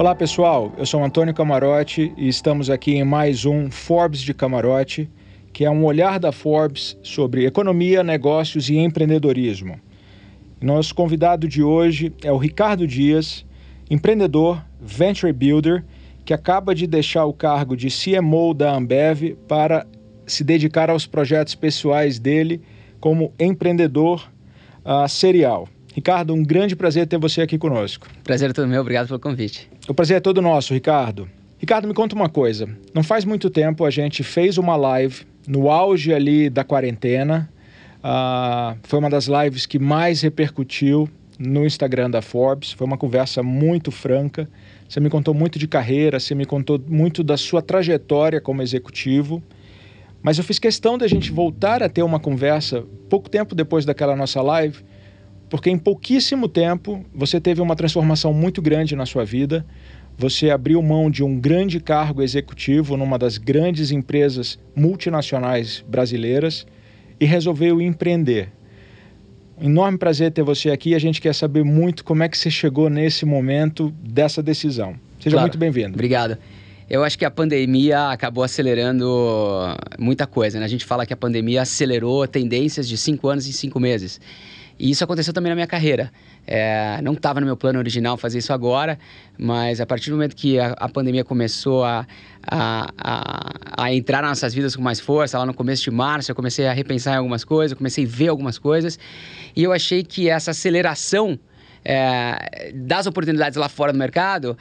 Olá pessoal, eu sou Antônio Camarote e estamos aqui em mais um Forbes de Camarote, que é um olhar da Forbes sobre economia, negócios e empreendedorismo. Nosso convidado de hoje é o Ricardo Dias, empreendedor, venture builder, que acaba de deixar o cargo de CMO da Ambev para se dedicar aos projetos pessoais dele como empreendedor serial. Ricardo, um grande prazer ter você aqui conosco. Prazer é todo meu, obrigado pelo convite. O prazer é todo nosso, Ricardo. Ricardo, me conta uma coisa. Não faz muito tempo a gente fez uma live no auge ali da quarentena. Foi uma das lives que mais repercutiu no Instagram da Forbes. Foi uma conversa muito franca. Você me contou muito de carreira, você me contou muito da sua trajetória como executivo. Mas eu fiz questão de a gente voltar a ter uma conversa pouco tempo depois daquela nossa live, porque em pouquíssimo tempo você teve uma transformação muito grande na sua vida. Você abriu mão de um grande cargo executivo numa das grandes empresas multinacionais brasileiras e resolveu empreender. Um enorme prazer ter você aqui. A gente quer saber muito como é que você chegou nesse momento dessa decisão. Seja muito bem-vindo. Obrigado. Eu acho que a pandemia acabou acelerando muita coisa, né? A gente fala que a pandemia acelerou tendências de 5 anos em 5 meses. E isso aconteceu também na minha carreira. Não estava no meu plano original fazer isso agora, mas a partir do momento que a pandemia começou a entrar nas nossas vidas com mais força, lá no começo de março, eu comecei a repensar em algumas coisas, eu comecei a ver algumas coisas, e eu achei que essa aceleração das oportunidades lá fora do mercado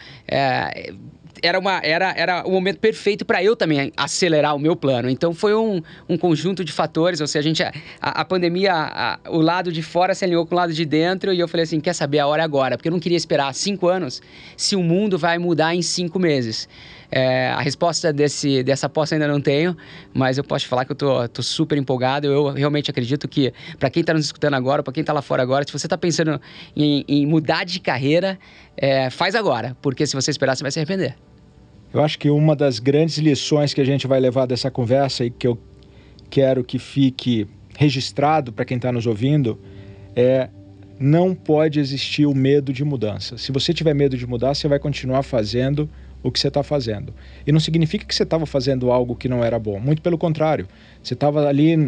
era o momento perfeito para eu também acelerar o meu plano. Então foi um conjunto de fatores, ou seja, a pandemia, o lado de fora se alinhou com o lado de dentro, e eu falei assim, quer saber, a hora é agora, porque eu não queria esperar 5 anos se o mundo vai mudar em 5 meses. A resposta dessa aposta ainda não tenho, mas eu posso te falar que eu tô super empolgado. Eu realmente acredito que, para quem está nos escutando agora, para quem está lá fora agora, se você está pensando em mudar de carreira, faz agora, porque se você esperar, você vai se arrepender. Eu acho que uma das grandes lições que a gente vai levar dessa conversa e que eu quero que fique registrado para quem está nos ouvindo não pode existir o medo de mudança. Se você tiver medo de mudar, você vai continuar fazendo o que você está fazendo. E não significa que você estava fazendo algo que não era bom. Muito pelo contrário. Você estava ali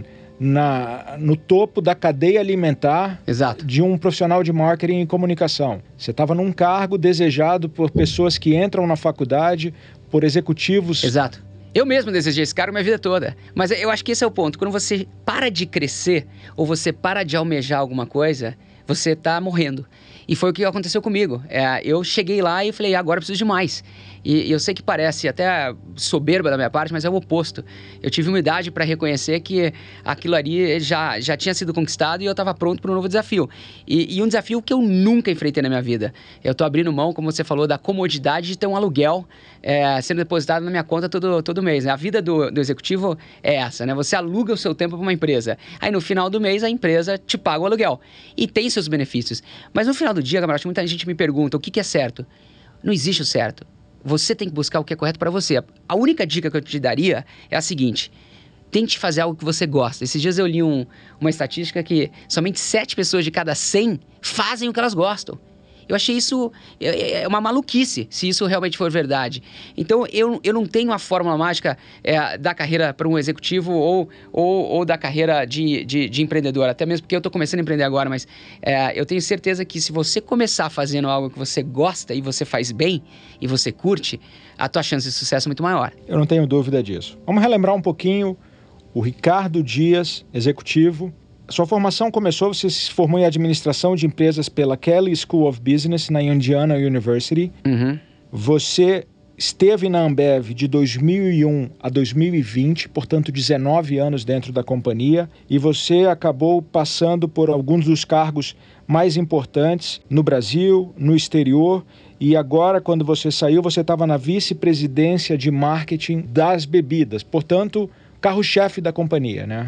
no topo da cadeia alimentar. Exato. De um profissional de marketing e comunicação. Você estava num cargo desejado por pessoas que entram na faculdade, por executivos. Exato. Eu mesmo desejei esse cargo minha vida toda. Mas eu acho que esse é o ponto. Quando você para de crescer ou você para de almejar alguma coisa, você está morrendo. E foi o que aconteceu comigo. Eu cheguei lá e falei, agora eu preciso de mais. E eu sei que parece até soberba da minha parte, mas é o oposto. Eu tive humildade para reconhecer que aquilo ali já tinha sido conquistado e eu estava pronto para um novo desafio. E um desafio que eu nunca enfrentei na minha vida. Eu estou abrindo mão, como você falou, da comodidade de ter um aluguel sendo depositado na minha conta todo mês. Né? A vida do executivo é essa, né? Você aluga o seu tempo para uma empresa. Aí no final do mês a empresa te paga o aluguel. E tem seus benefícios. Mas no final do dia, camarada, muita gente me pergunta o que é certo. Não existe o certo. Você tem que buscar o que é correto para você. A única dica que eu te daria é a seguinte: tente fazer algo que você gosta. Esses dias eu li uma estatística que somente 7 pessoas de cada 100 fazem o que elas gostam. Eu achei isso uma maluquice, se isso realmente for verdade. Então, eu não tenho a fórmula mágica da carreira para um executivo ou da carreira de empreendedor. Até mesmo porque eu estou começando a empreender agora, mas eu tenho certeza que se você começar fazendo algo que você gosta e você faz bem e você curte, a tua chance de sucesso é muito maior. Eu não tenho dúvida disso. Vamos relembrar um pouquinho o Ricardo Dias, executivo. Sua formação começou, você se formou em administração de empresas pela Kelley School of Business na Indiana University. Uhum. Você esteve na Ambev de 2001 a 2020, portanto 19 anos dentro da companhia, e você acabou passando por alguns dos cargos mais importantes no Brasil, no exterior, e agora quando você saiu, você estava na vice-presidência de marketing das bebidas, portanto carro-chefe da companhia, né?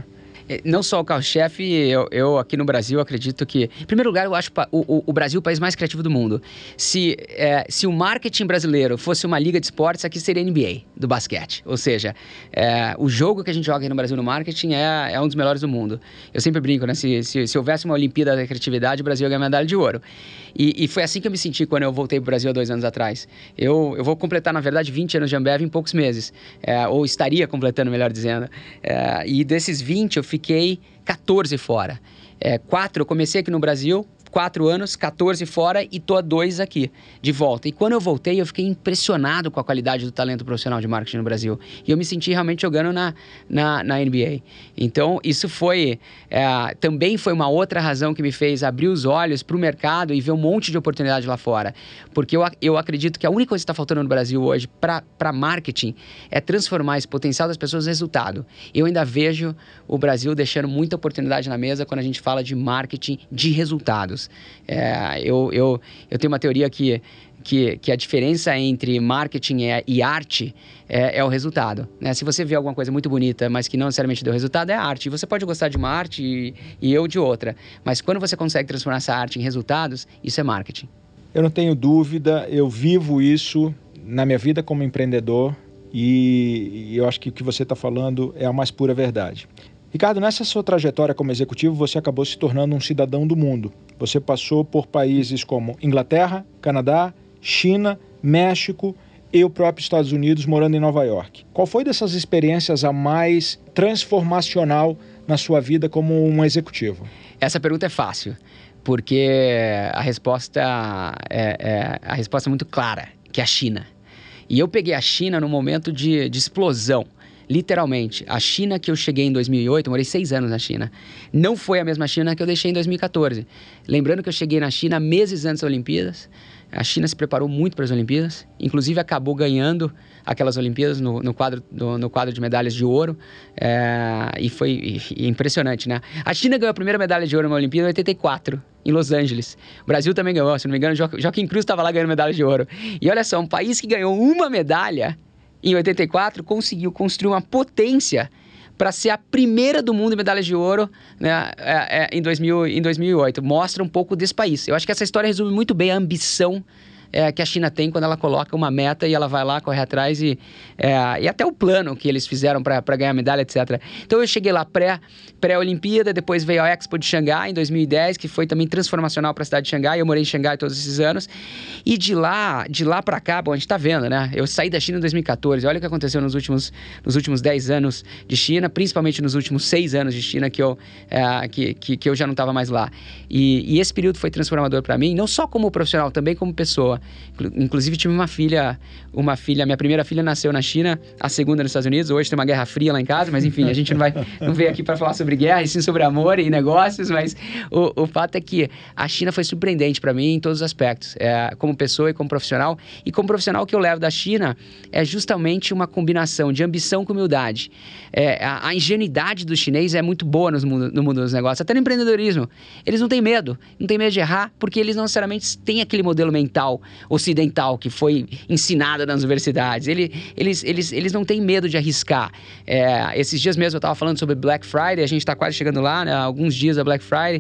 não só o carro-chefe, eu aqui no Brasil acredito que... Em primeiro lugar, eu acho o Brasil o país mais criativo do mundo. Se o marketing brasileiro fosse uma liga de esportes, aqui seria a NBA do basquete. Ou seja, o jogo que a gente joga aqui no Brasil no marketing é um dos melhores do mundo. Eu sempre brinco, né? Se houvesse uma Olimpíada da Criatividade, o Brasil ia ganhar medalha de ouro. E foi assim que eu me senti quando eu voltei para o Brasil há 2 anos atrás. Eu vou completar, na verdade, 20 anos de Ambev em poucos meses. Ou estaria completando, melhor dizendo. E desses 20, eu fiquei 14 fora. 4 eu comecei aqui no Brasil, 4 anos, 14 fora e tô há 2 aqui, de volta. E quando eu voltei, eu fiquei impressionado com a qualidade do talento profissional de marketing no Brasil. E eu me senti realmente jogando na NBA. Então, isso também foi uma outra razão que me fez abrir os olhos para o mercado e ver um monte de oportunidade lá fora. Porque eu acredito que a única coisa que está faltando no Brasil hoje para marketing é transformar esse potencial das pessoas em resultado. Eu ainda vejo o Brasil deixando muita oportunidade na mesa quando a gente fala de marketing de resultados. Eu tenho uma teoria que a diferença entre marketing e arte é o resultado, né? Se você vê alguma coisa muito bonita, mas que não necessariamente deu resultado, é arte. E você pode gostar de uma arte e eu de outra. Mas quando você consegue transformar essa arte em resultados, isso é marketing. Eu não tenho dúvida, eu vivo isso na minha vida como empreendedor e eu acho que o que você está falando é a mais pura verdade. Ricardo, nessa sua trajetória como executivo, você acabou se tornando um cidadão do mundo. Você passou por países como Inglaterra, Canadá, China, México e o próprio Estados Unidos, morando em Nova York. Qual foi dessas experiências a mais transformacional na sua vida como um executivo? Essa pergunta é fácil, porque a resposta é muito clara, que é a China. E eu peguei a China num momento de explosão. Literalmente, a China que eu cheguei em 2008, eu morei 6 anos na China, não foi a mesma China que eu deixei em 2014. Lembrando que eu cheguei na China meses antes das Olimpíadas, a China se preparou muito para as Olimpíadas, inclusive acabou ganhando aquelas Olimpíadas no quadro de medalhas de ouro, e foi impressionante, né? A China ganhou a primeira medalha de ouro na Olimpíada em 84, em Los Angeles. O Brasil também ganhou, se não me engano, Joaquim Cruz estava lá ganhando medalha de ouro. E olha só, um país que ganhou uma medalha em 84, conseguiu construir uma potência para ser a primeira do mundo em medalhas de ouro, né, em 2008. Mostra um pouco desse país. Eu acho que essa história resume muito bem a ambição que a China tem quando ela coloca uma meta e ela vai lá, corre atrás e até o plano que eles fizeram para ganhar medalha, etc. Então eu cheguei lá pré-Olimpíada, depois veio a Expo de Xangai em 2010, que foi também transformacional para a cidade de Xangai. Eu morei em Xangai todos esses anos. E de lá para cá, bom, a gente está vendo, né? Eu saí da China em 2014. Olha o que aconteceu nos últimos 10 anos de China, principalmente nos últimos 6 anos de China que eu já não estava mais lá. E esse período foi transformador para mim, não só como profissional, também como pessoa. Inclusive tive uma filha, minha primeira filha nasceu na China, a segunda nos Estados Unidos. Hoje tem uma guerra fria lá em casa, mas enfim, a gente não veio aqui para falar sobre guerra, e sim sobre amor e negócios, mas o fato é que a China foi surpreendente para mim em todos os aspectos, como pessoa e como profissional. E como profissional, o que eu levo da China é justamente uma combinação de ambição com humildade. A ingenuidade do chinês é muito boa no mundo dos negócios, até no empreendedorismo. Eles não têm medo de errar, porque eles não necessariamente têm aquele modelo mental ocidental que foi ensinado nas universidades. Eles não têm medo de arriscar. Esses dias mesmo eu estava falando sobre Black Friday, a gente está quase chegando lá, né? Alguns dias da Black Friday,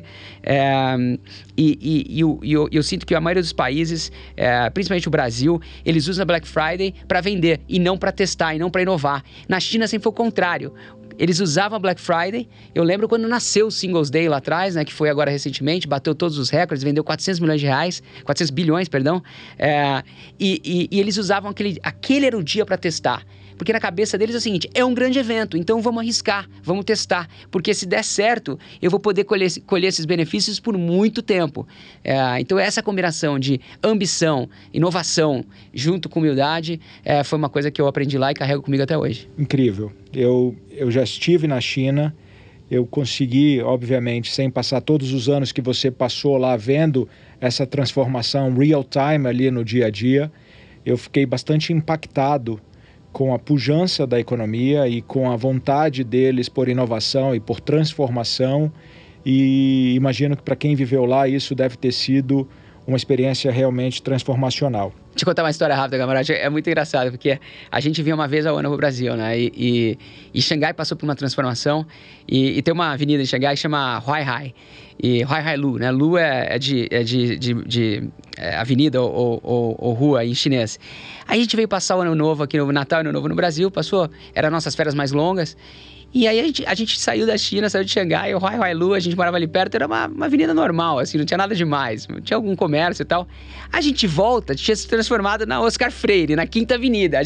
eu sinto que a maioria dos países, principalmente o Brasil, eles usam a Black Friday para vender e não para testar e não para inovar. Na China sempre foi o contrário. Eles usavam a Black Friday. Eu lembro quando nasceu o Singles Day lá atrás, né, que foi agora recentemente, bateu todos os recordes, vendeu 400 bilhões, perdão. E eles usavam aquele era o dia para testar. Porque na cabeça deles é o seguinte, é um grande evento, então vamos arriscar, vamos testar. Porque se der certo, eu vou poder colher esses benefícios por muito tempo. Então essa combinação de ambição, inovação, junto com humildade, foi uma coisa que eu aprendi lá e carrego comigo até hoje. Incrível. Eu já estive na China, eu consegui, obviamente, sem passar todos os anos que você passou lá vendo essa transformação real time ali no dia a dia, eu fiquei bastante impactado com a pujança da economia e com a vontade deles por inovação e por transformação, e imagino que para quem viveu lá isso deve ter sido uma experiência realmente transformacional. Te contar uma história rápida, camarada. É muito engraçado, porque a gente vinha uma vez ao ano pro Brasil, né? E Xangai passou por uma transformação. E tem uma avenida em Xangai que chama Huaihai. E Huaihai Lu, né? Lu é de avenida ou rua em chinês. Aí a gente veio passar o Ano Novo aqui, no Natal e Ano Novo no Brasil. Eram nossas férias mais longas. E aí a gente saiu da China, saiu de Xangai, o Huaihai Lu, a gente morava ali perto, era uma avenida normal, assim, não tinha nada demais, tinha algum comércio e tal. A gente volta, tinha se transformado na Oscar Freire, na Quinta Avenida.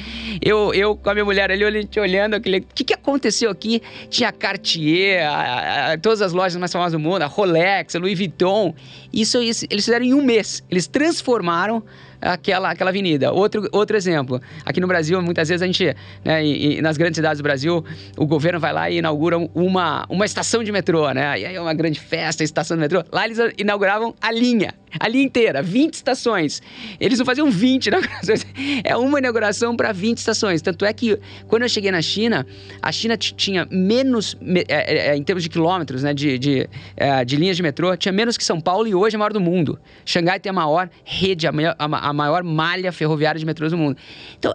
Eu com a minha mulher ali, olhando aquele, o que aconteceu aqui? Tinha Cartier, todas as lojas mais famosas do mundo, a Rolex, a Louis Vuitton. Isso eles fizeram em um mês, eles transformaram aquela avenida. Outro exemplo, aqui no Brasil, muitas vezes a gente, né, nas grandes cidades do Brasil, o governo vai lá e inaugura uma estação de metrô, né? E aí é uma grande festa, estação de metrô. Lá eles inauguravam a linha inteira, 20 estações. Eles não faziam 20 inaugurações, é uma inauguração para 20 estações. Tanto é que, quando eu cheguei na China, a China tinha menos, em termos de quilômetros, né, de linhas de metrô, tinha menos que São Paulo e hoje é a maior do mundo. Xangai tem a maior rede, a maior malha ferroviária de metrôs do mundo. Então,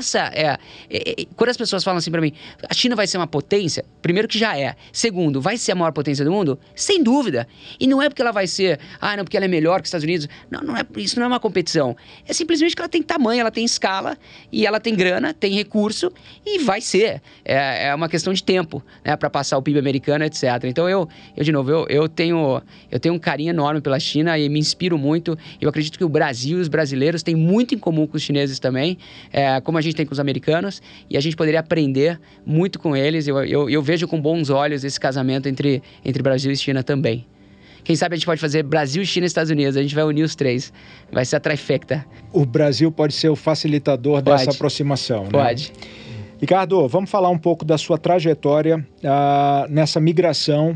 quando as pessoas falam assim para mim, a China vai ser uma potência, primeiro que já é. Segundo, vai ser a maior potência do mundo? Sem dúvida. E não é porque ela vai ser, não, porque ela é melhor que os Estados Unidos. Não, isso não é uma competição. É simplesmente que ela tem tamanho, ela tem escala, e ela tem grana, tem recurso, e vai ser. É uma questão de tempo, né, para passar o PIB americano, etc. Então, de novo, eu tenho um carinho enorme pela China e me inspiro muito. Eu acredito que o Brasil e os brasileiros têm muito em comum com os chineses também, como a gente tem com os americanos, e a gente poderia aprender muito com eles. Eu vejo com bons olhos esse casamento entre Brasil e China também. Quem sabe a gente pode fazer Brasil, China e Estados Unidos. A gente vai unir os três. Vai ser a trifecta. O Brasil pode ser o facilitador dessa aproximação, né? Pode. Ricardo, vamos falar um pouco da sua trajetória nessa migração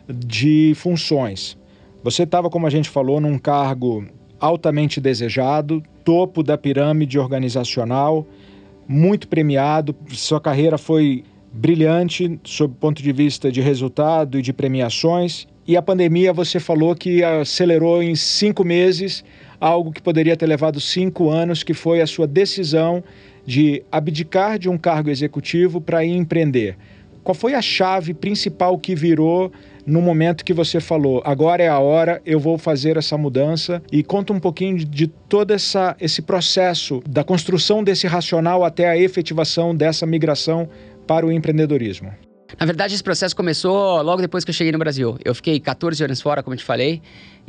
de funções. Você estava, como a gente falou, num cargo altamente desejado, topo da pirâmide organizacional, muito premiado. Sua carreira foi brilhante sob o ponto de vista de resultado e de premiações. E a pandemia, você falou que acelerou em 5 meses algo que poderia ter levado 5 anos, que foi a sua decisão de abdicar de um cargo executivo para ir empreender. Qual foi a chave principal que virou no momento que você falou, agora é a hora, eu vou fazer essa mudança? E conta um pouquinho de todo esse processo, da construção desse racional até a efetivação dessa migração para o empreendedorismo. Na verdade, esse processo começou logo depois que eu cheguei no Brasil. Eu fiquei 14 anos fora, como eu te falei,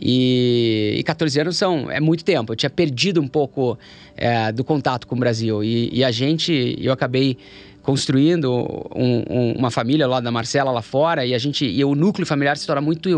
e 14 anos é muito tempo. Eu tinha perdido um pouco do contato com o Brasil. Eu acabei construindo uma família lá da Marcela, lá fora, e o núcleo familiar se torna muito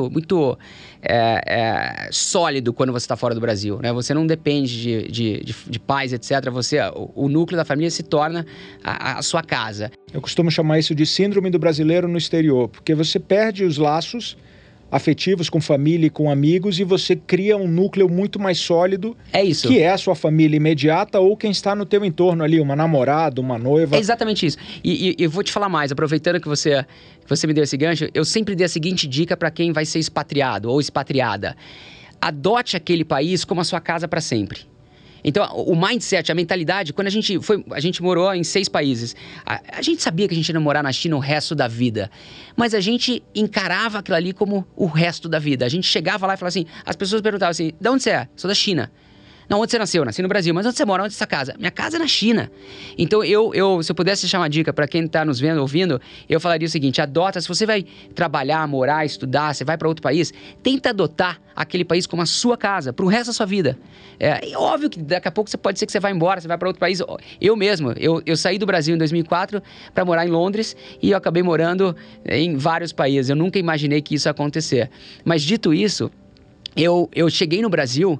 sólido quando você está fora do Brasil, né? Você não depende de pais, etc. O núcleo da família se torna a sua casa. Eu costumo chamar isso de síndrome do brasileiro no exterior, porque você perde os laços afetivos com família e com amigos e você cria um núcleo muito mais sólido. É isso. Que é a sua família imediata ou quem está no teu entorno ali, uma namorada, uma noiva. É exatamente isso. E eu vou te falar mais, aproveitando que você me deu esse gancho, eu sempre dei a seguinte dica para quem vai ser expatriado ou expatriada. Adote aquele país como a sua casa para sempre. Então, o mindset, a mentalidade, quando a gente morou em 6 países, a gente sabia que a gente ia morar na China o resto da vida, mas a gente encarava aquilo ali como o resto da vida. A gente chegava lá e falava assim, as pessoas perguntavam assim, de onde você é? Sou da China. Não, onde você nasceu? Nasci no Brasil. Mas onde você mora? Onde é essa casa? Minha casa é na China. Então, se eu pudesse deixar uma dica para quem está nos vendo, ouvindo, eu falaria o seguinte, se você vai trabalhar, morar, estudar, você vai para outro país, tenta adotar aquele país como a sua casa, para o resto da sua vida. É óbvio que daqui a pouco pode ser que você vá embora, você vai para outro país. Eu mesmo, eu saí do Brasil em 2004 para morar em Londres e eu acabei morando em vários países. Eu nunca imaginei que isso ia acontecer. Mas dito isso, eu cheguei no Brasil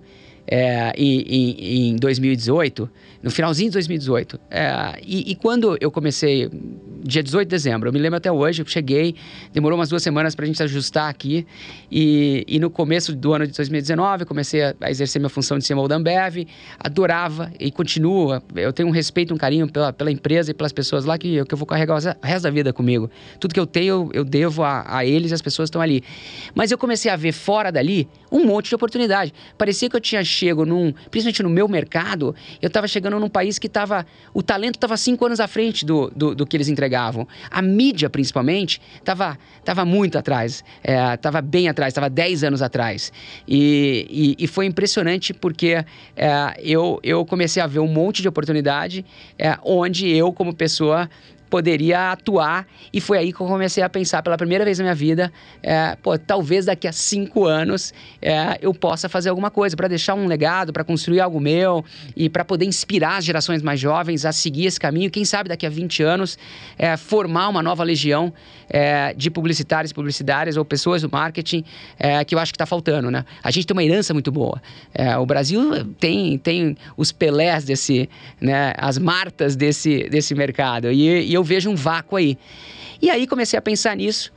em 2018, no finalzinho de 2018. E quando eu comecei, dia 18 de dezembro, eu me lembro até hoje, eu cheguei, demorou umas 2 semanas para a gente se ajustar aqui, e no começo do ano de 2019, eu comecei a exercer minha função de CMO da Ambev, adorava e continuo, eu tenho um respeito, um carinho pela empresa e pelas pessoas lá que eu vou carregar o resto da vida comigo. Tudo que eu tenho, eu devo a eles e as pessoas estão ali. Mas eu comecei a ver fora dali um monte de oportunidade. Parecia que eu tinha chego principalmente no meu mercado, eu estava chegando num país que o talento estava 5 anos à frente do que eles entregavam. A mídia, principalmente, estava muito atrás, estava bem atrás, estava 10 anos atrás. E foi impressionante porque eu comecei a ver um monte de oportunidade onde eu, como pessoa, poderia atuar, e foi aí que eu comecei a pensar pela primeira vez na minha vida, talvez daqui a 5 anos eu possa fazer alguma coisa para deixar um legado, para construir algo meu e para poder inspirar as gerações mais jovens a seguir esse caminho. Quem sabe daqui a 20 anos formar uma nova legião de publicitários, publicitárias ou pessoas do marketing que eu acho que está faltando, né? A gente tem uma herança muito boa. O Brasil tem os Pelés né, as Martas desse mercado, e eu vejo um vácuo aí. E aí comecei a pensar nisso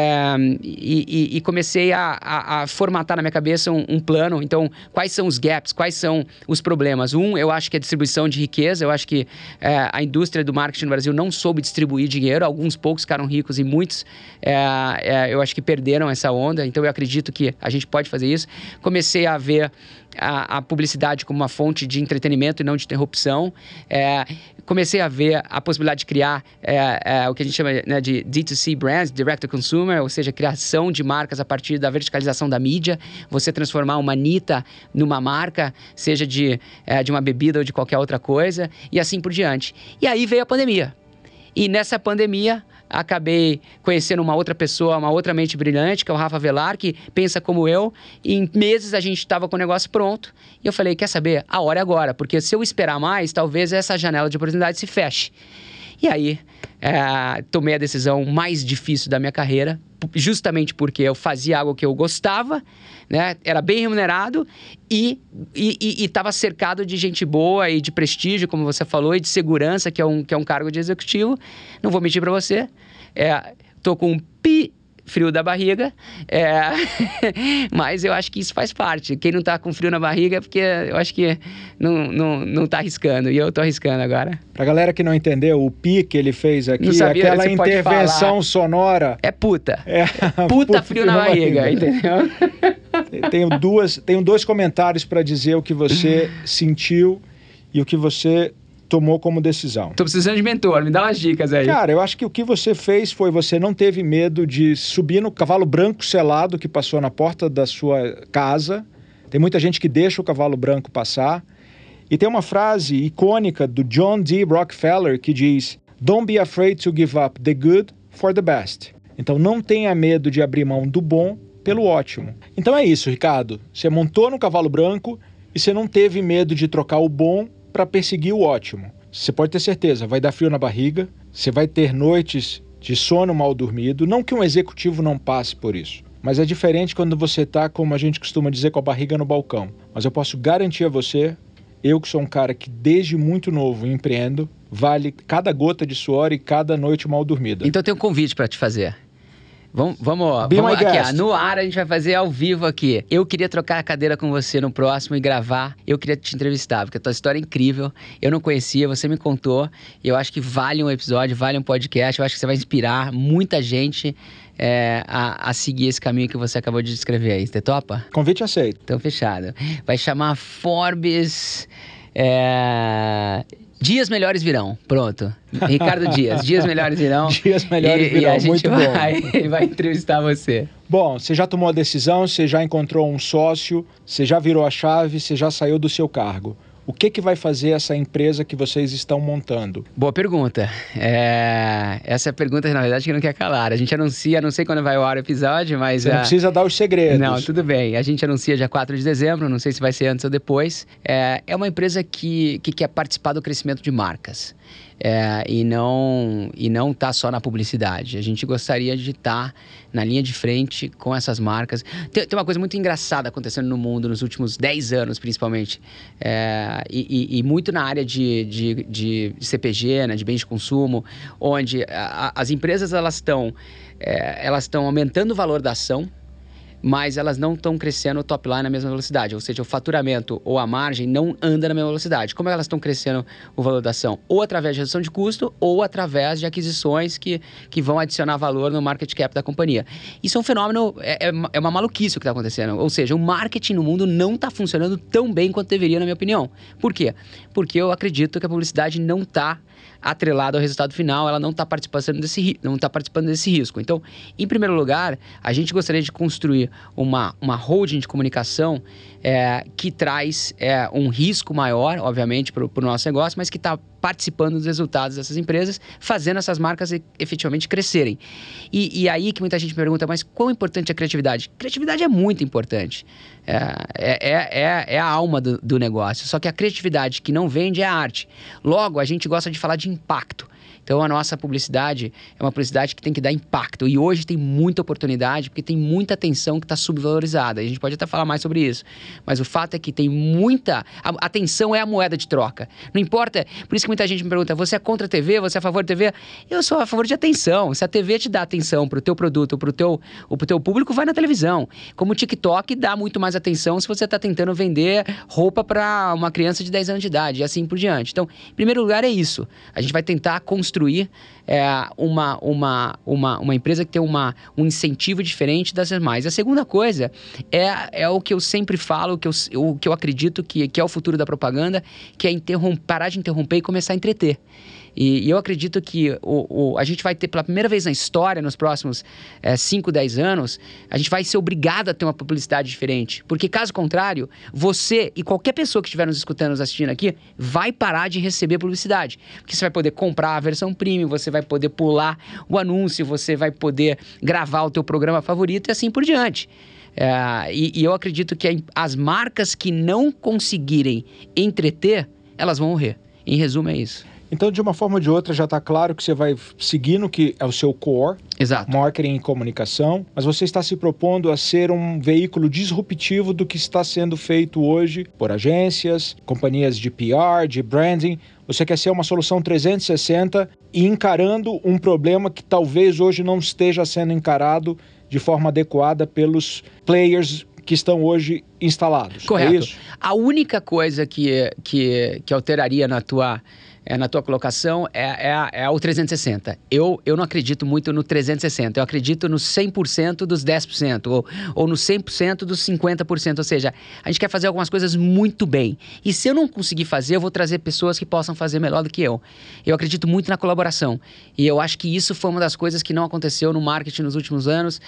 e comecei a formatar na minha cabeça um plano. Então, quais são os gaps, quais são os problemas? Eu acho que é a distribuição de riqueza. Eu acho que a indústria do marketing no Brasil não soube distribuir dinheiro. Alguns poucos ficaram ricos e muitos eu acho que perderam essa onda. Então, eu acredito que a gente pode fazer isso. Comecei a ver a publicidade como uma fonte de entretenimento e não de interrupção. Comecei a ver a possibilidade de criar o que a gente chama, né, de D2C brands, Direct to Consumer, ou seja, criação de marcas a partir da verticalização da mídia. Você transformar uma Anitta numa marca, seja de uma bebida ou de qualquer outra coisa, e assim por diante. E aí veio a pandemia. E nessa pandemia, acabei conhecendo uma outra pessoa, uma outra mente brilhante, que é o Rafa Velar, que pensa como eu. E em meses a gente estava com o negócio pronto. E eu falei, quer saber? A hora é agora. Porque se eu esperar mais, talvez essa janela de oportunidade se feche. E aí, tomei a decisão mais difícil da minha carreira, justamente porque eu fazia algo que eu gostava, né? Era bem remunerado e estava cercado de gente boa e de prestígio, como você falou, e de segurança, que é um cargo de executivo. Não vou mentir para você, tô com um frio da barriga, mas eu acho que isso faz parte. Quem não tá com frio na barriga é porque eu acho que não tá arriscando, e eu tô arriscando agora. Pra galera que não entendeu, o pi que ele fez aqui, aquela intervenção sonora... É puta. Puta frio na barriga, entendeu? Tenho 2 comentários para dizer o que você sentiu e o que você tomou como decisão. Tô precisando de mentor, me dá umas dicas aí. Cara, eu acho que o que você fez foi, você não teve medo de subir no cavalo branco selado que passou na porta da sua casa. Tem muita gente que deixa o cavalo branco passar. E tem uma frase icônica do John D. Rockefeller que diz: "Don't be afraid to give up the good for the best." Então não tenha medo de abrir mão do bom pelo ótimo. Então é isso, Ricardo. Você montou no cavalo branco e você não teve medo de trocar o bom para perseguir o ótimo. Você pode ter certeza, vai dar frio na barriga, você vai ter noites de sono mal dormido. Não que um executivo não passe por isso, mas é diferente quando você está, como a gente costuma dizer, com a barriga no balcão. Mas eu posso garantir a você, eu que sou um cara que desde muito novo empreendo, vale cada gota de suor e cada noite mal dormida. Então eu tenho um convite para te fazer. Vamos aqui, no ar a gente vai fazer ao vivo aqui. Eu queria trocar a cadeira com você no próximo e gravar. Eu queria te entrevistar, porque a tua história é incrível. Eu não conhecia, você me contou. Eu acho que vale um episódio, vale um podcast. Eu acho que você vai inspirar muita gente a seguir esse caminho que você acabou de descrever aí. Você topa? Convite aceito. Então, fechado. Vai chamar Forbes... Dias melhores virão. Pronto. Ricardo Dias. Dias melhores virão. Dias melhores virão. E a gente muito bom. vai entrevistar você. Bom, você já tomou a decisão, você já encontrou um sócio, você já virou a chave, você já saiu do seu cargo. O que vai fazer essa empresa que vocês estão montando? Boa pergunta. Essa é a pergunta, na verdade, que não quer calar. A gente anuncia, não sei quando vai ao ar o episódio, mas... Você não precisa dar os segredos. Não, tudo bem. A gente anuncia dia 4 de dezembro, não sei se vai ser antes ou depois. É uma empresa que quer participar do crescimento de marcas. E não tá só na publicidade. A gente gostaria de estar na linha de frente com essas marcas. Tem uma coisa muito engraçada acontecendo no mundo nos últimos 10 anos, principalmente. E muito na área de CPG, né, de bens de consumo, onde as empresas elas estão aumentando o valor da ação, mas elas não estão crescendo o top line na mesma velocidade, ou seja, o faturamento ou a margem não anda na mesma velocidade. Como elas estão crescendo o valor da ação? Ou através de redução de custo, ou através de aquisições que vão adicionar valor no market cap da companhia. Isso é um fenômeno, é uma maluquice o que está acontecendo. Ou seja, o marketing no mundo não está funcionando tão bem quanto deveria, na minha opinião. Por quê? Porque eu acredito que a publicidade não está atrelada ao resultado final, ela não está participando desse risco. Então, em primeiro lugar, a gente gostaria de construir uma holding de comunicação que traz um risco maior, obviamente, para o nosso negócio, mas que está participando dos resultados dessas empresas, fazendo essas marcas efetivamente crescerem. E aí que muita gente me pergunta, mas quão importante é a criatividade? Criatividade é muito importante. É a alma do negócio. Só que a criatividade que não vende é a arte. Logo, a gente gosta de falar de impacto. Então, a nossa publicidade é uma publicidade que tem que dar impacto. E hoje tem muita oportunidade, porque tem muita atenção que está subvalorizada. A gente pode até falar mais sobre isso. Mas o fato é que tem muita... A atenção é a moeda de troca. Não importa... Por isso que muita gente me pergunta, você é contra a TV? Você é a favor da TV? Eu sou a favor de atenção. Se a TV te dá atenção para o teu produto, para o teu público, vai na televisão. Como o TikTok dá muito mais atenção se você está tentando vender roupa para uma criança de 10 anos de idade e assim por diante. Então, em primeiro lugar, é isso. A gente vai tentar construir uma empresa que tem um incentivo diferente das demais. A segunda coisa é o que eu sempre falo, o que eu acredito que é o futuro da propaganda, que é parar de interromper e começar a entreter. E eu acredito que a gente vai ter, pela primeira vez na história, nos próximos 5, 10 anos, a gente vai ser obrigado a ter uma publicidade diferente. Porque, caso contrário, você e qualquer pessoa que estiver nos escutando, nos assistindo aqui, vai parar de receber publicidade. Porque você vai poder comprar a versão premium, você vai poder pular o anúncio, você vai poder gravar o teu programa favorito e assim por diante. E eu acredito que as marcas que não conseguirem entreter, elas vão morrer. Em resumo, é isso. Então, de uma forma ou de outra, já está claro que você vai seguir no que é o seu core, exato, marketing e comunicação, mas você está se propondo a ser um veículo disruptivo do que está sendo feito hoje por agências, companhias de PR, de branding. Você quer ser uma solução 360 e encarando um problema que talvez hoje não esteja sendo encarado de forma adequada pelos players que estão hoje instalados. Correto. É isso? A única coisa que alteraria na tua colocação é o 360. Eu não acredito muito no 360. Eu acredito no 100% dos 10%, ou no 100% dos 50%. Ou seja, a gente quer fazer algumas coisas muito bem. E se eu não conseguir fazer, eu vou trazer pessoas que possam fazer melhor do que eu. Eu acredito muito na colaboração. E eu acho que isso foi uma das coisas que não aconteceu no marketing nos últimos anos,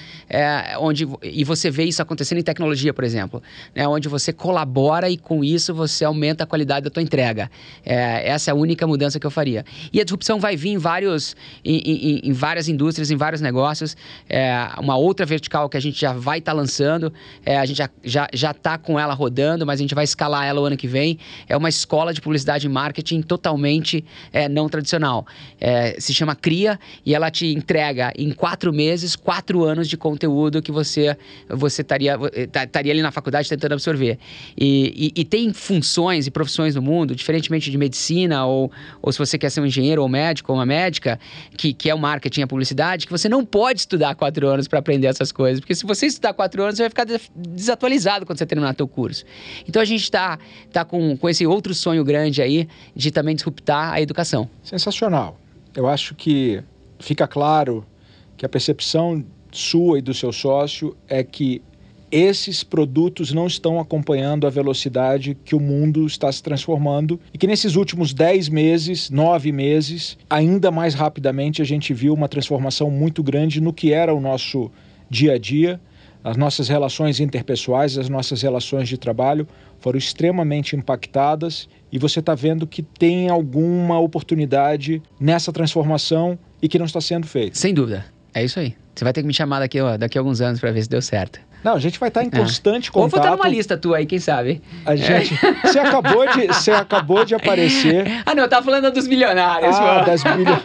e você vê isso acontecendo em tecnologia, por exemplo, onde você colabora e com isso você aumenta a qualidade da tua entrega. Essa é a única mudança que eu faria. E a disrupção vai vir em várias indústrias, em vários negócios. Uma outra vertical que a gente já vai estar lançando, a gente já está com ela rodando, mas a gente vai escalar ela o ano que vem. É uma escola de publicidade e marketing totalmente não tradicional. Se chama CRIA e ela te entrega em 4 meses, 4 anos de conteúdo que você estaria ali na faculdade tentando absorver. E tem funções e profissões no mundo, diferentemente de medicina ou se você quer ser um engenheiro ou médico ou uma médica, que é o marketing e a publicidade, que você não pode estudar 4 anos para aprender essas coisas. Porque se você estudar 4 anos, você vai ficar desatualizado quando você terminar teu curso. Então a gente está com esse outro sonho grande aí de também disruptar a educação. Sensacional. Eu acho que fica claro que a percepção sua e do seu sócio é que esses produtos não estão acompanhando a velocidade que o mundo está se transformando e que nesses últimos 10 meses, 9 meses, ainda mais rapidamente a gente viu uma transformação muito grande no que era o nosso dia a dia. As nossas relações interpessoais, as nossas relações de trabalho foram extremamente impactadas e você está vendo que tem alguma oportunidade nessa transformação e que não está sendo feita. Sem dúvida. É isso aí. Você vai ter que me chamar daqui a alguns anos para ver se deu certo. Não, a gente vai estar em constante contato. Ou vou estar numa lista tua aí, quem sabe? Você acabou de aparecer. Ah, não, eu tava falando dos milionários. Das milionárias.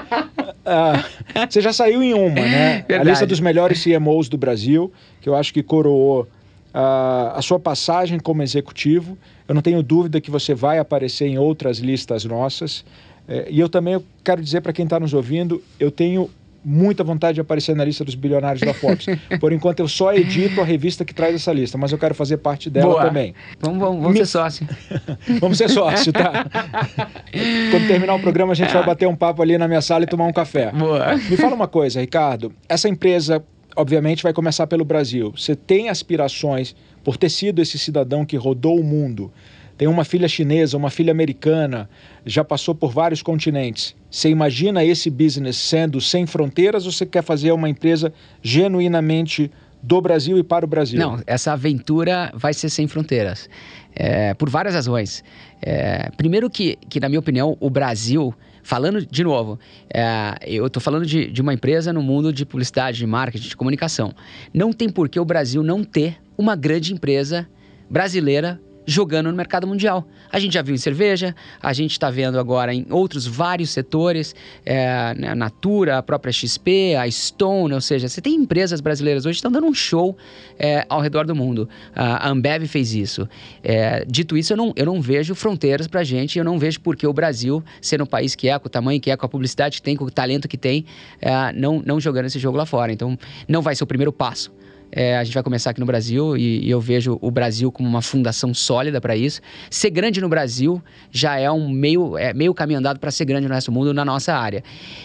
Você já saiu em uma, né? Verdade. A lista dos melhores CMOs do Brasil, que eu acho que coroou a sua passagem como executivo. Eu não tenho dúvida que você vai aparecer em outras listas nossas. E eu também quero dizer para quem está nos ouvindo, eu tenho muita vontade de aparecer na lista dos bilionários da Forbes. Por enquanto, eu só edito a revista que traz essa lista, mas eu quero fazer parte dela Boa. também. Vamos ser sócio. Vamos ser sócio, tá? Quando terminar o programa, a gente vai bater um papo ali na minha sala e tomar um café. Boa. Me fala uma coisa, Ricardo. Essa empresa, obviamente, vai começar pelo Brasil. Você tem aspirações por ter sido esse cidadão que rodou o mundo, tem uma filha chinesa, uma filha americana, já passou por vários continentes. Você imagina esse business sendo sem fronteiras ou você quer fazer uma empresa genuinamente do Brasil e para o Brasil? Não, essa aventura vai ser sem fronteiras. Por várias razões. Primeiro que, na minha opinião, o Brasil, falando de novo, eu estou falando de uma empresa no mundo de publicidade, de marketing, de comunicação. Não tem por que o Brasil não ter uma grande empresa brasileira jogando no mercado mundial. A gente já viu em cerveja, a gente está vendo agora em outros vários setores, a Natura, a própria XP, a Stone, ou seja, você tem empresas brasileiras hoje que estão dando um show ao redor do mundo. A Ambev fez isso. Dito isso, eu não vejo fronteiras para a gente, eu não vejo por que o Brasil, sendo o país que é, com o tamanho que é, com a publicidade que tem, com o talento que tem, não jogando esse jogo lá fora. Então, não vai ser o primeiro passo. A gente vai começar aqui no Brasil e eu vejo o Brasil como uma fundação sólida para isso. Ser grande no Brasil já é meio caminho andado para ser grande no resto do mundo na nossa área.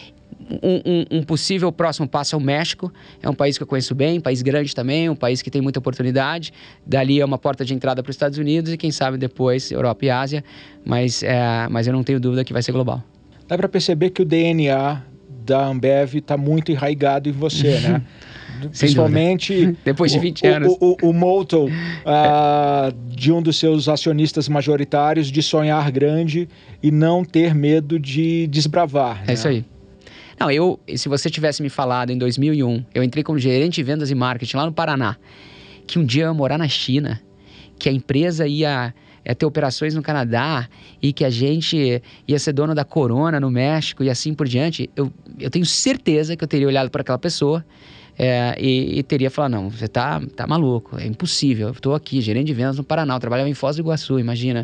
Um possível próximo passo é o México. É um país que eu conheço bem, um país grande também, um país que tem muita oportunidade. Dali é uma porta de entrada para os Estados Unidos e quem sabe depois Europa e Ásia. Mas eu não tenho dúvida que vai ser global. Dá para perceber que o DNA da Ambev está muito enraigado em você, né? Principalmente depois de 20 anos. O motto de um dos seus acionistas majoritários de sonhar grande e não ter medo de desbravar. É isso aí. Não, se você tivesse me falado em 2001, eu entrei como gerente de vendas e marketing lá no Paraná, que um dia eu ia morar na China, que a empresa ia ter operações no Canadá e que a gente ia ser dono da Corona no México e assim por diante, eu tenho certeza que eu teria olhado para aquela pessoa e teria falado, não, você tá maluco, é impossível, eu estou aqui, gerente de vendas no Paraná, eu trabalhava em Foz do Iguaçu, imagina.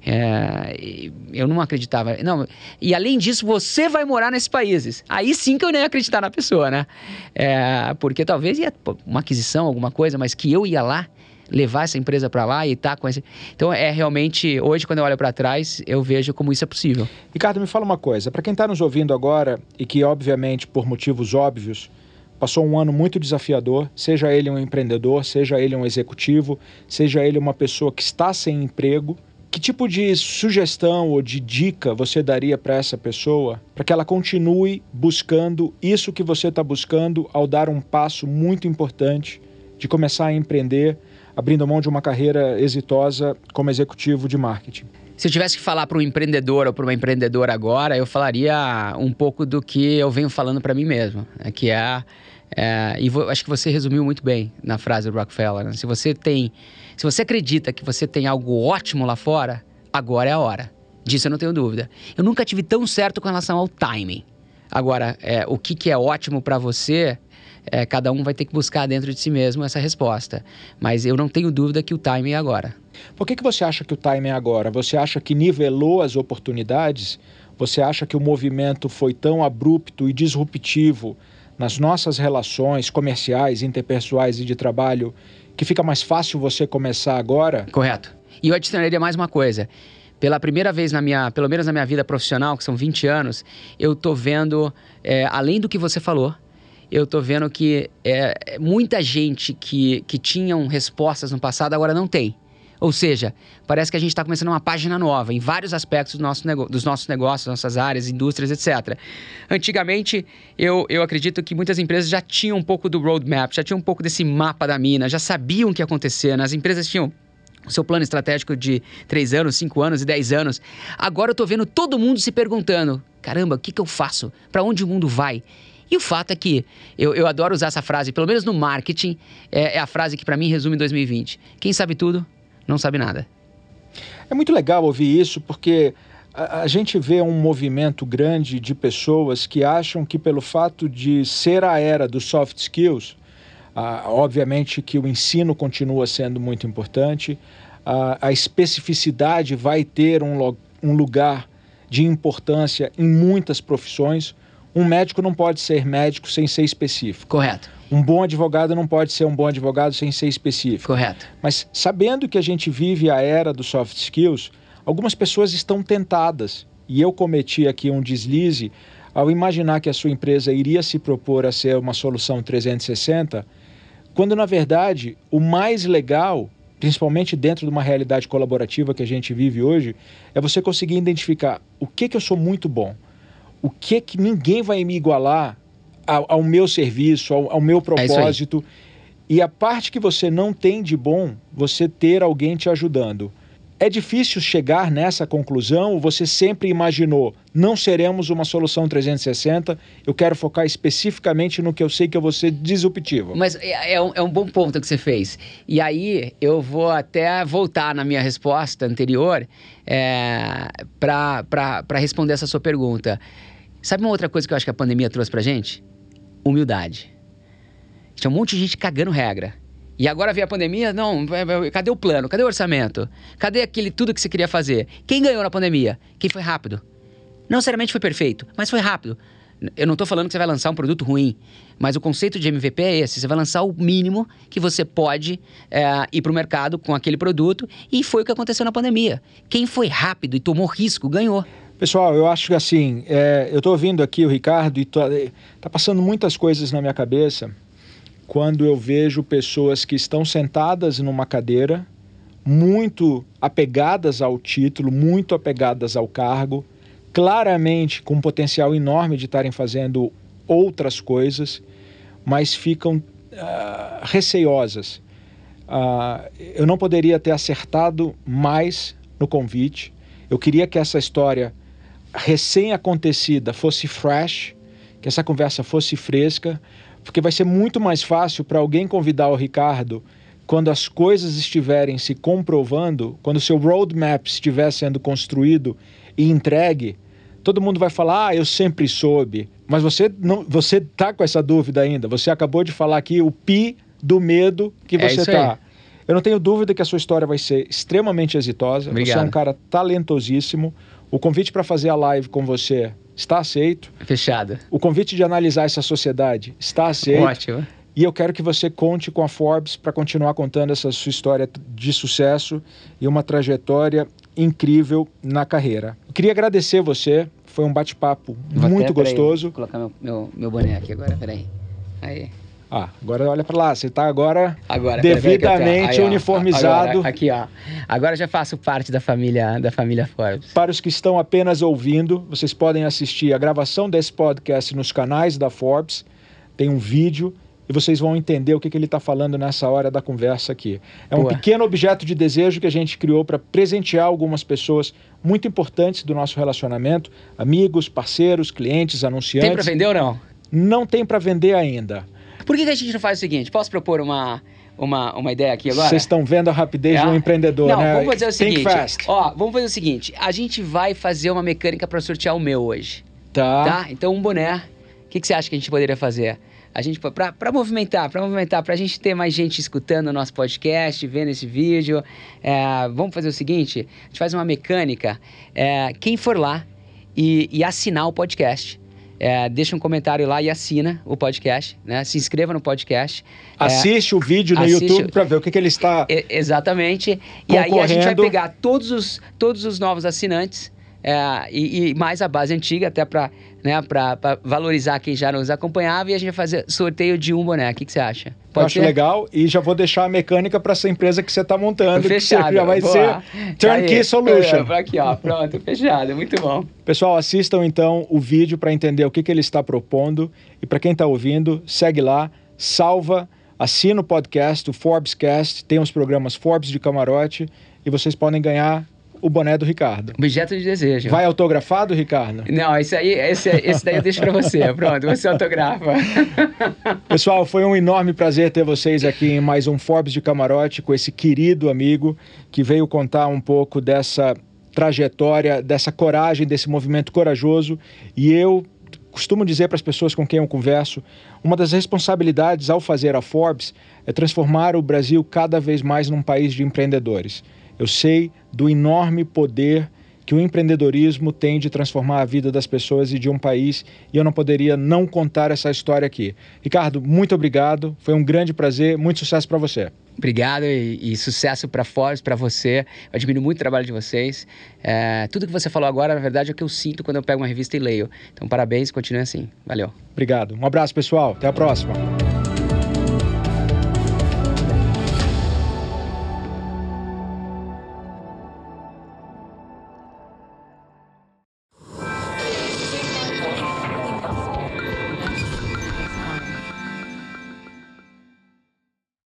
Eu não acreditava. Não, e além disso, você vai morar nesses países. Aí sim que eu nem ia acreditar na pessoa, né? Porque talvez ia uma aquisição, alguma coisa, mas que eu ia lá, levar essa empresa para lá e tá com esse... Então, realmente, hoje, quando eu olho para trás, eu vejo como isso é possível. Ricardo, me fala uma coisa, para quem está nos ouvindo agora e que, obviamente, por motivos óbvios, passou um ano muito desafiador, seja ele um empreendedor, seja ele um executivo, seja ele uma pessoa que está sem emprego, que tipo de sugestão ou de dica você daria para essa pessoa para que ela continue buscando isso que você está buscando ao dar um passo muito importante de começar a empreender, abrindo mão de uma carreira exitosa como executivo de marketing? Se eu tivesse que falar para um empreendedor ou para uma empreendedora agora, eu falaria um pouco do que eu venho falando para mim mesmo, né? Que acho que você resumiu muito bem na frase do Rockefeller, né? Se você acredita que você tem algo ótimo lá fora, agora é a hora. Disso eu não tenho dúvida. Eu nunca tive tão certo com relação ao timing. Agora, o que é ótimo para você, cada um vai ter que buscar dentro de si mesmo essa resposta. Mas eu não tenho dúvida que o timing é agora. Por que você acha que o timing é agora? Você acha que nivelou as oportunidades? Você acha que o movimento foi tão abrupto e disruptivo nas nossas relações comerciais, interpessoais e de trabalho que fica mais fácil você começar agora? Correto. E eu adicionaria mais uma coisa. Pela primeira vez, pelo menos na minha vida profissional, que são 20 anos, eu estou vendo, além do que você falou, eu estou vendo que muita gente que tinham respostas no passado agora não tem. Ou seja, parece que a gente está começando uma página nova em vários aspectos dos nossos negócios, nossas áreas, indústrias, etc. Antigamente, eu acredito que muitas empresas já tinham um pouco do roadmap, já tinham um pouco desse mapa da mina, já sabiam o que ia acontecer, né? As empresas tinham o seu plano estratégico de 3 anos, 5 anos e 10 anos. Agora eu estou vendo todo mundo se perguntando, caramba, o que eu faço? Para onde o mundo vai? E o fato é que, eu adoro usar essa frase, pelo menos no marketing, é a frase que para mim resume 2020. Quem sabe tudo, não sabe nada. É muito legal ouvir isso, porque a gente vê um movimento grande de pessoas que acham que pelo fato de ser a era dos soft skills, obviamente que o ensino continua sendo muito importante, a especificidade vai ter um lugar de importância em muitas profissões. Um médico não pode ser médico sem ser específico. Correto. Um bom advogado não pode ser um bom advogado sem ser específico. Correto. Mas sabendo que a gente vive a era dos soft skills, algumas pessoas estão tentadas. E eu cometi aqui um deslize ao imaginar que a sua empresa iria se propor a ser uma solução 360, quando na verdade o mais legal, principalmente dentro de uma realidade colaborativa que a gente vive hoje, é você conseguir identificar o que eu sou muito bom, o que ninguém vai me igualar ao meu serviço, ao meu propósito. E a parte que você não tem de bom, você ter alguém te ajudando. É difícil chegar nessa conclusão ou você sempre imaginou, não seremos uma solução 360, eu quero focar especificamente no que eu sei que eu vou ser disruptivo? Mas é um bom ponto que você fez. E aí eu vou até voltar na minha resposta anterior para responder essa sua pergunta. Sabe uma outra coisa que eu acho que a pandemia trouxe pra gente? Humildade. Tinha um monte de gente cagando regra. E agora veio a pandemia, não, cadê o plano? Cadê o orçamento? Cadê tudo que você queria fazer? Quem ganhou na pandemia? Quem foi rápido? Não necessariamente foi perfeito, mas foi rápido. Eu não estou falando que você vai lançar um produto ruim, mas o conceito de MVP é esse. Você vai lançar o mínimo que você pode ir para o mercado com aquele produto, e foi o que aconteceu na pandemia. Quem foi rápido e tomou risco, ganhou. Pessoal, eu acho que assim, eu estou ouvindo aqui o Ricardo e tá passando muitas coisas na minha cabeça quando eu vejo pessoas que estão sentadas numa cadeira, muito apegadas ao título, muito apegadas ao cargo, claramente com um potencial enorme de estarem fazendo outras coisas, mas ficam receiosas. Eu não poderia ter acertado mais no convite. Eu queria que essa história recém-acontecida fosse fresh, que essa conversa fosse fresca, porque vai ser muito mais fácil para alguém convidar o Ricardo quando as coisas estiverem se comprovando, quando o seu roadmap estiver sendo construído e entregue. Todo mundo vai falar, eu sempre soube, mas você está com essa dúvida ainda. Você acabou de falar aqui o pi do medo que você está. Eu não tenho dúvida que a sua história vai ser extremamente exitosa. Obrigado. Você é um cara talentosíssimo. O convite para fazer a live com você está aceito. Fechado. O convite de analisar essa sociedade está aceito. Ótimo. E eu quero que você conte com a Forbes para continuar contando essa sua história de sucesso e uma trajetória incrível na carreira. Eu queria agradecer você. Foi um bate-papo muito gostoso. Vou colocar meu boné aqui agora, peraí. Aí. Agora olha para lá, você está agora devidamente uniformizado. Aqui, ó. Agora já faço parte da família Forbes. Para os que estão apenas ouvindo, vocês podem assistir a gravação desse podcast nos canais da Forbes. Tem um vídeo e vocês vão entender o que ele está falando nessa hora da conversa aqui. É um pequeno objeto de desejo que a gente criou para presentear algumas pessoas muito importantes do nosso relacionamento, amigos, parceiros, clientes, anunciantes. Tem para vender ou não? Não tem para vender ainda. Por que a gente não faz o seguinte? Posso propor uma ideia aqui agora? Vocês estão vendo a rapidez do empreendedor, não, né? Vamos fazer o seguinte. Think fast. Vamos fazer o seguinte. A gente vai fazer uma mecânica para sortear o meu hoje. Tá. Então, um boné. O que você acha que a gente poderia fazer? A gente, para movimentar, para a gente ter mais gente escutando o nosso podcast, vendo esse vídeo, vamos fazer o seguinte, a gente faz uma mecânica, quem for lá e assinar o podcast, deixa um comentário lá e assina o podcast, né? Se inscreva no podcast. Assiste o vídeo no YouTube para ver o que ele está exatamente. E aí a gente vai pegar todos os novos assinantes e mais a base antiga, até para valorizar quem já nos acompanhava, e a gente vai fazer sorteio de um boné. O que você acha? Eu acho legal, e já vou deixar a mecânica para essa empresa que você está montando. Fechado. Que já vai ser Turnkey Solution. Aqui, ó, pronto, fechado, muito bom. Pessoal, assistam então o vídeo para entender o que ele está propondo, e para quem está ouvindo, segue lá, salva, assina o podcast, o Forbescast, tem os programas Forbes de Camarote, e vocês podem ganhar o boné do Ricardo. Objeto de desejo. Vai autografado, Ricardo? Não, esse daí eu deixo para você. Pronto, você autografa. Pessoal, foi um enorme prazer ter vocês aqui em mais um Forbes de Camarote com esse querido amigo que veio contar um pouco dessa trajetória, dessa coragem, desse movimento corajoso. E eu costumo dizer para as pessoas com quem eu converso, uma das responsabilidades ao fazer a Forbes é transformar o Brasil cada vez mais num país de empreendedores. Eu sei do enorme poder que o empreendedorismo tem de transformar a vida das pessoas e de um país, e eu não poderia não contar essa história aqui. Ricardo, muito obrigado, foi um grande prazer, muito sucesso para você. Obrigado e sucesso para Forbes, para você. Eu admiro muito o trabalho de vocês. Tudo que você falou agora, na verdade, é o que eu sinto quando eu pego uma revista e leio. Então, parabéns, continue assim. Valeu. Obrigado. Um abraço, pessoal. Até a próxima.